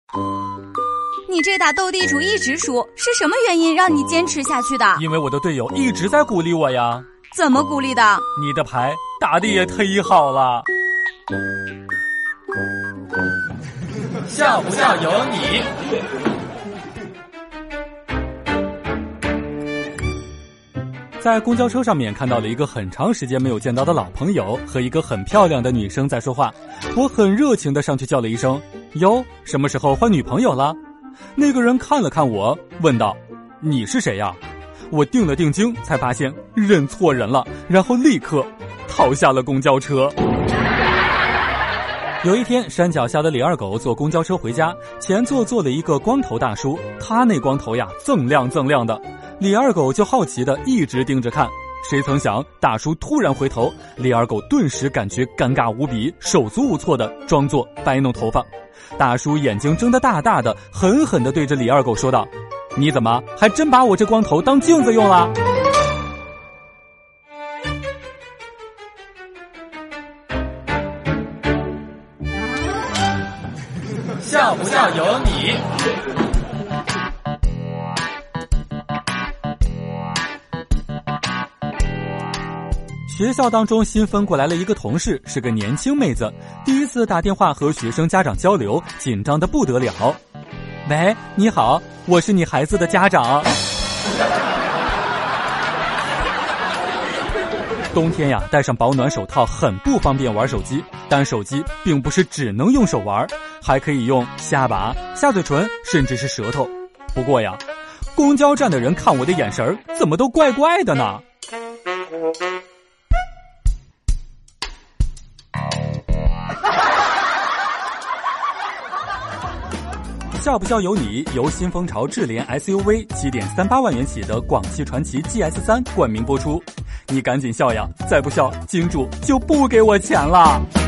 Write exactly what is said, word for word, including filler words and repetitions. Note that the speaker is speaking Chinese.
你这打斗地主一直输，是什么原因让你坚持下去的？ 因为我的队友一直在鼓励我呀。 怎么鼓励的？ 你的牌打得也忒好了。 笑不笑由你。 在公交车上面看到了一个很长时间没有见到的老朋友和一个很漂亮的女生在说话，我很热情地上去叫了一声：哟，什么时候换女朋友了？那个人看了看我，问道：你是谁呀？我定了定睛，才发现认错人了，然后立刻逃下了公交车。有一天，山脚下的李二狗坐公交车回家，前座坐了一个光头大叔，他那光头呀锃亮锃亮的，李二狗就好奇的一直盯着看。谁曾想大叔突然回头，李二狗顿时感觉尴尬无比，手足无措的装作摆弄头发。大叔眼睛睁得大大的，狠狠地对着李二狗说道：你怎么还真把我这光头当镜子用了？ 笑不笑由你。 学校当中新分过来了一个同事，是个年轻妹子，第一次打电话和学生家长交流，紧张得不得了。喂，你好，我是你孩子的家长。冬天呀，戴上保暖手套很不方便玩手机，但手机并不是只能用手玩，还可以用下巴、下嘴唇，甚至是舌头。不过呀，公交站的人看我的眼神怎么都怪怪的呢？笑不笑由你，由新风潮智联 S U V 七点三八万元起的广汽传祺 G S 三冠名播出。你赶紧笑呀，再不笑，金主就不给我钱了。